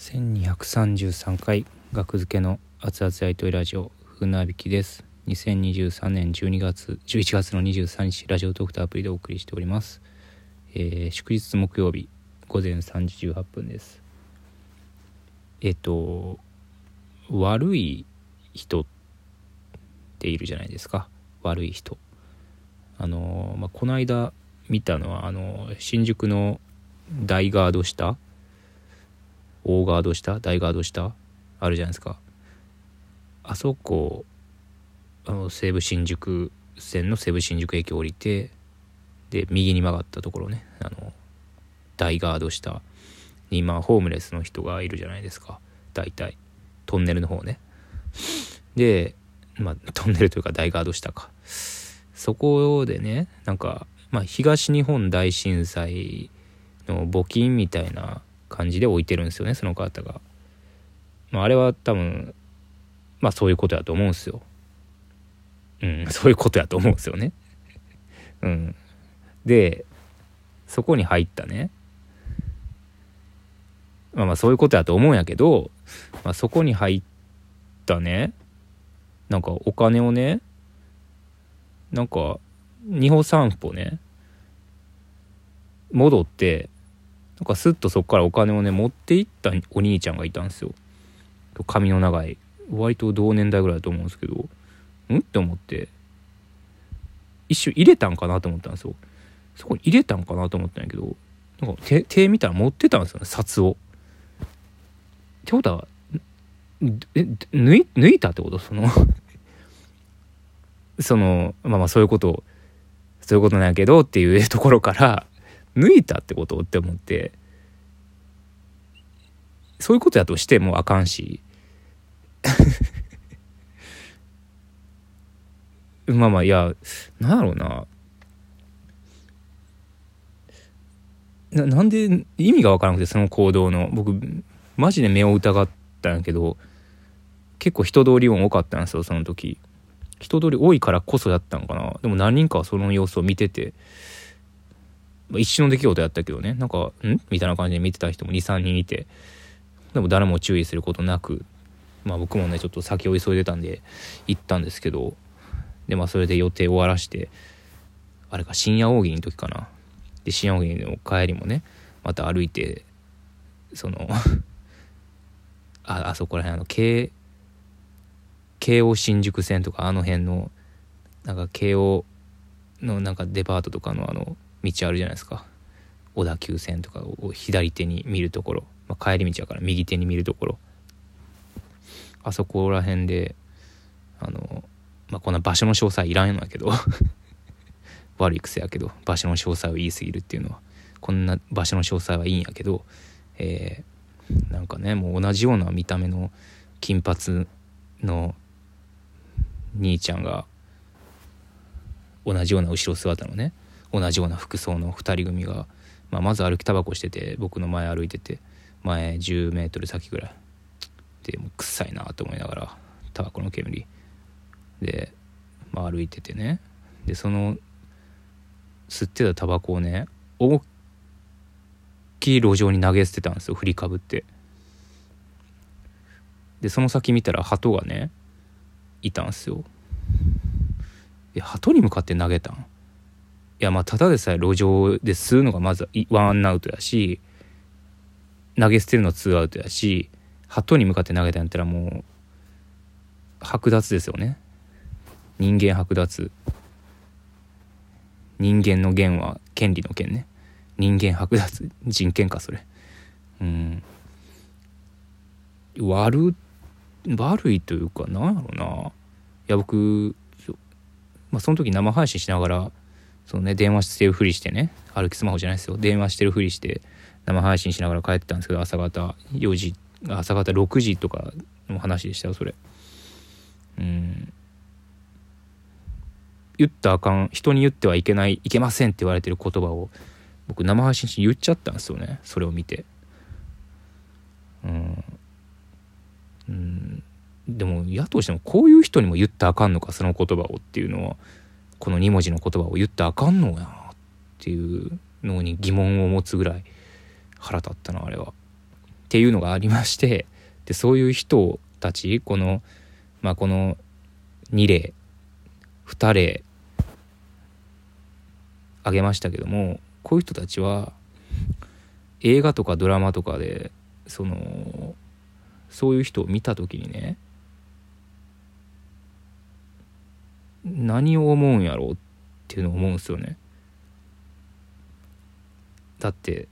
1233回学付けの熱々やりとりラジオ船引きです。2023年11月の23日ラジオトークとアプリでお送りしております。祝日木曜日午前3時18分です。悪い人っているじゃないですか。悪い人この間見たのは新宿の大ガード下大ガード下大ガード下あるじゃないですか。あそこ西武新宿線の西武新宿駅降りて、で右に曲がったところね、大ガード下にホームレスの人がいるじゃないですか。大体トンネルの方ね。でトンネルというか大ガード下か。そこでね、東日本大震災の募金みたいな感じで置いてるんですよね、その方が。あれは多分そういうことやと思うんですよ。そういうことやと思うんですよね。でそこに入ったね、そういうことやと思うんやけど、そこに入ったね、お金をね、2歩3歩ね戻ってスッとそこからお金をね持っていったお兄ちゃんがいたんですよ。髪の長い、割と同年代ぐらいだと思うんですけど、って思って一瞬入れたんかなと思ったんですよ。そこに入れたんかなと思ったんやけど、手見たら持ってたんですよね、札を。ってことは抜いたってこと？そういうことなんやけどっていうところから抜いたってことって思って、そういうことやとしてもあかんしいや、なんだろうなんで意味がわからなくて、その行動の僕マジで目を疑ったんやけど、結構人通り多かったんですよ。その時人通り多いからこそやったんかな。でも何人かはその様子を見てて、一瞬の出来事やったけどね、みたいな感じで見てた人も 2,3 人いて、でも誰も注意することなく、僕もねちょっと先を急いでたんで行ったんですけど、でそれで予定終わらして、あれか深夜大喜利の時かな。で深夜大喜利の帰りもねまた歩いて、あそこら辺京王新宿線とかあの辺の京王のデパートとかの道あるじゃないですか。小田急線とかを左手に見るところ、帰り道やから右手に見るところ、あそこら辺でこんな場所の詳細いらんのやけど悪い癖やけど場所の詳細を言い過ぎるっていうのは、こんな場所の詳細はいいんやけど、もう同じような見た目の金髪の兄ちゃんが、同じような後ろ姿のね、同じような服装の2人組が、まず歩きタバコしてて、僕の前歩いてて、前10メートル先ぐらいで、もう臭いなと思いながらタバコの煙で、歩いててね、でその吸ってたタバコをね大きい路上に投げ捨てたんですよ、振りかぶって。でその先見たら鳩がねいたんですよ。鳩に向かって投げたん？いやただでさえ路上で吸うのがまずワンアウトやし、投げ捨てるのツーアウトやし、鳩に向かって投げたんやったらもう剥奪ですよね。人間剥奪。人間の権は権利の権ね。人間剥奪、人権かそれ。悪いというか、なんやろな。いや僕その時生配信しながら電話してるふりしてね、歩きスマホじゃないですよ、電話してるふりして生配信しながら帰ってたんですけど、朝方6時とかの話でしたよそれ。言ったらあかん、人に言ってはいけない、いけませんって言われてる言葉を僕生配信して言っちゃったんですよね、それを見て。でもやとしてもこういう人にも言ったらあかんのか、その言葉をっていうのは、この2文字の言葉を言ったらあかんのやっていうのに疑問を持つぐらい腹立ったな、あれは。っっていうのがありまして、でそういう人たちこの2例2例挙げましたけども、こういう人たちは映画とかドラマとかでそういう人を見た時にね、何を思うんやろうっていうのを思うんですよね。だって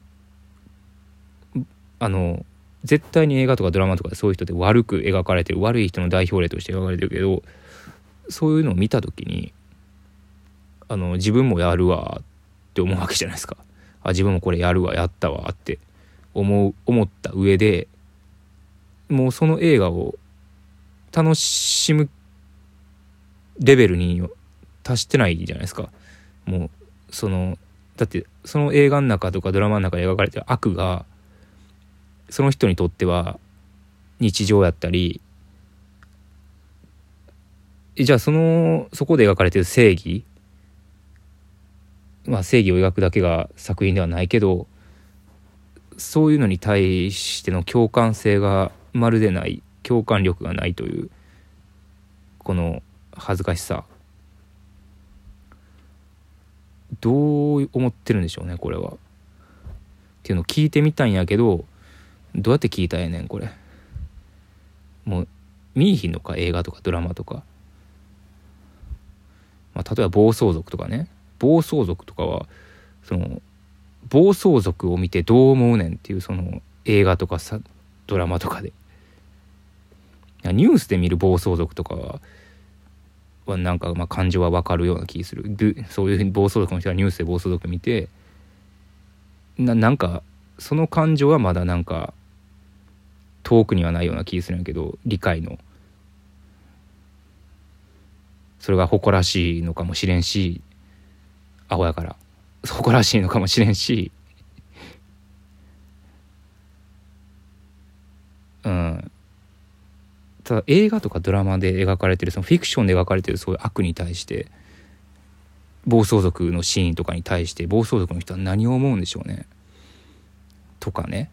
絶対に映画とかドラマとかでそういう人って悪く描かれてる、悪い人の代表例として描かれてるけど、そういうのを見た時に自分もやるわって思うわけじゃないですか。自分もこれやるわ、やったわって思った上で、もうその映画を楽しむレベルに達してないじゃないですか。もうだってその映画の中とかドラマの中で描かれてる悪がその人にとっては日常やったり、じゃあそこで描かれてる正義、正義を描くだけが作品ではないけど、そういうのに対しての共感性がまるでない、共感力がないというこの恥ずかしさ、どう思ってるんでしょうねこれはっていうのを聞いてみたんやけど、どうやって聞いたらええねんこれ。もう見いひんのか、映画とかドラマとか。例えば暴走族とかね、暴走族とかは暴走族を見てどう思うねんっていう映画とかドラマとかで、ニュースで見る暴走族とかはなんか感情は分かるような気する。そういう暴走族の人がニュースで暴走族見てなんかその感情はまだなんか遠くにはないような気するんやけど、理解のそれが誇らしいのかもしれんし、アホやから誇らしいのかもしれんし、ただ映画とかドラマで描かれてるフィクションで描かれてるそういう悪に対して、暴走族のシーンとかに対して暴走族の人は何を思うんでしょうねとかね、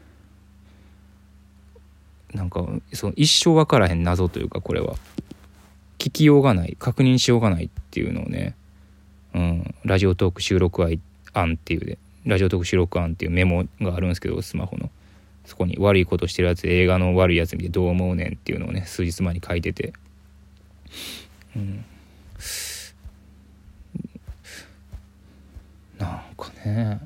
なんか一生分からへん謎というか、これは聞きようがない、確認しようがないっていうのをね、ラジオトーク収録案っていうで、ラジオトーク収録案っていうメモがあるんですけど、スマホのそこに悪いことしてるやつ、映画の悪いやつ見てどう思うねんっていうのをね、数日前に書いてて、なんかね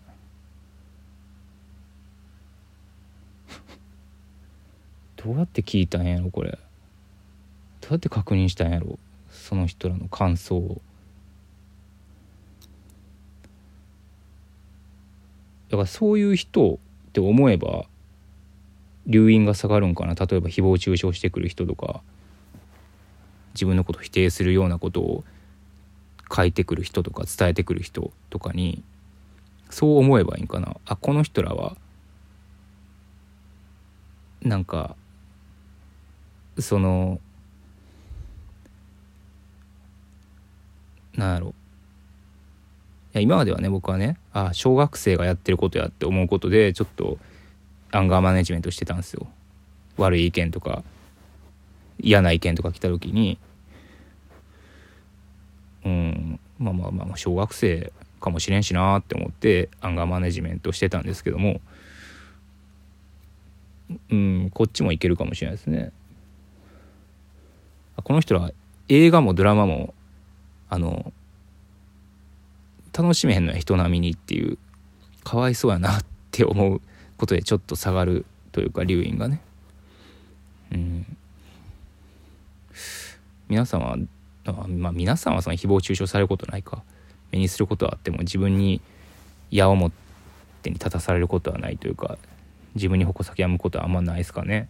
どうやって聞いたんやろこれ、どうやって確認したんやろその人らの感想を。だからそういう人って思えば留飲が下がるんかな。例えば誹謗中傷してくる人とか、自分のことを否定するようなことを書いてくる人とか伝えてくる人とかにそう思えばいいんかな。この人らはなんかなんやろ、今まではね、僕はね、小学生がやってることやって思うことでちょっとアンガーマネジメントしてたんですよ。悪い意見とか嫌な意見とか来た時に、小学生かもしれんしなって思ってアンガーマネジメントしてたんですけども、こっちもいけるかもしれないですね。この人は映画もドラマも楽しめへんのや人並みにっていう、かわいそうやなって思うことでちょっと下がるというか、留飲がね、皆さんは皆さんはその誹謗中傷されることないか、目にすることはあっても自分に矢面に立たされることはないというか、自分に矛先やむことはあんまないですかね。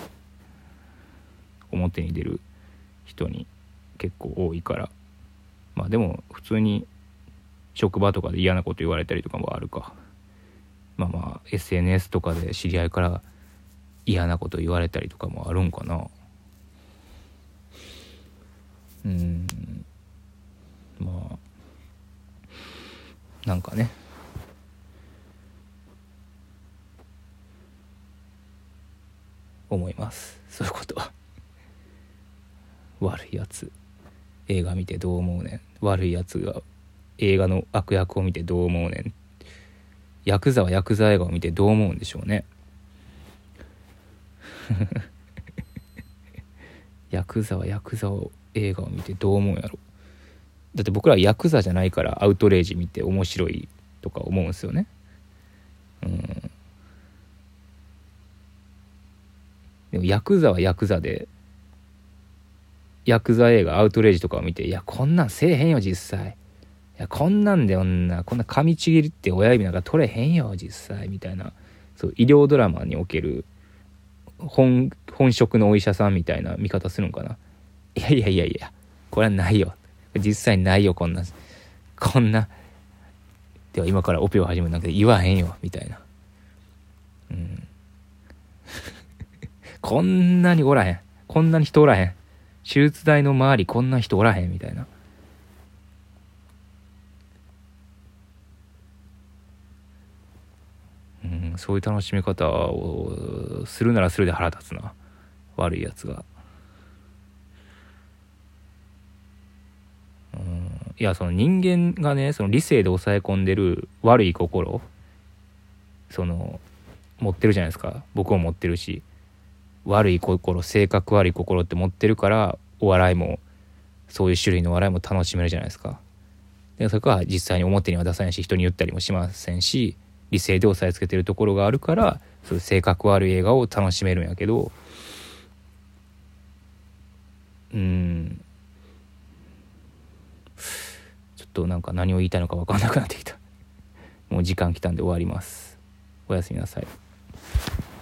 表に出る人に結構多いから。でも普通に職場とかで嫌なこと言われたりとかもあるか。SNS とかで知り合いから嫌なこと言われたりとかもあるんかな。なんかね、 思います。そういうことは。悪いやつ映画見てどう思うねん。悪いやつが映画の悪役を見てどう思うねん。ヤクザはヤクザ映画を見てどう思うんでしょうね。ヤクザはヤクザ映画を見てどう思うんやろ。だって僕らはヤクザじゃないからアウトレイジ見て面白いとか思うんですよね。でもヤクザはヤクザでヤクザ映画アウトレイジとかを見て、いやこんなんせえへんよ実際、いやこんなんでこんな噛みちぎりって親指なんか取れへんよ実際みたいな、そう医療ドラマにおける本職のお医者さんみたいな見方するんかな。いやいやいやいや、これはないよ、実際ないよ、こんなでは今からオペを始めるなんて言わへんよみたいな、こんなにおらへん、こんなに人おらへん、手術台の周りこんな人おらへんみたいな。そういう楽しみ方をするならするで腹立つな、悪いやつが。いやその人間がね、その理性で抑え込んでる悪い心、その持ってるじゃないですか。僕も持ってるし、悪い心、性格悪い心って持ってるから、お笑いもそういう種類の笑いも楽しめるじゃないですか。でそれは実際に表には出さないし、人に言ったりもしませんし、理性で押さえつけてるところがあるから、そういう性格悪い映画を楽しめるんやけど、ちょっとなんか何を言いたいのか分からなくなってきた。もう時間来たんで終わります。おやすみなさい。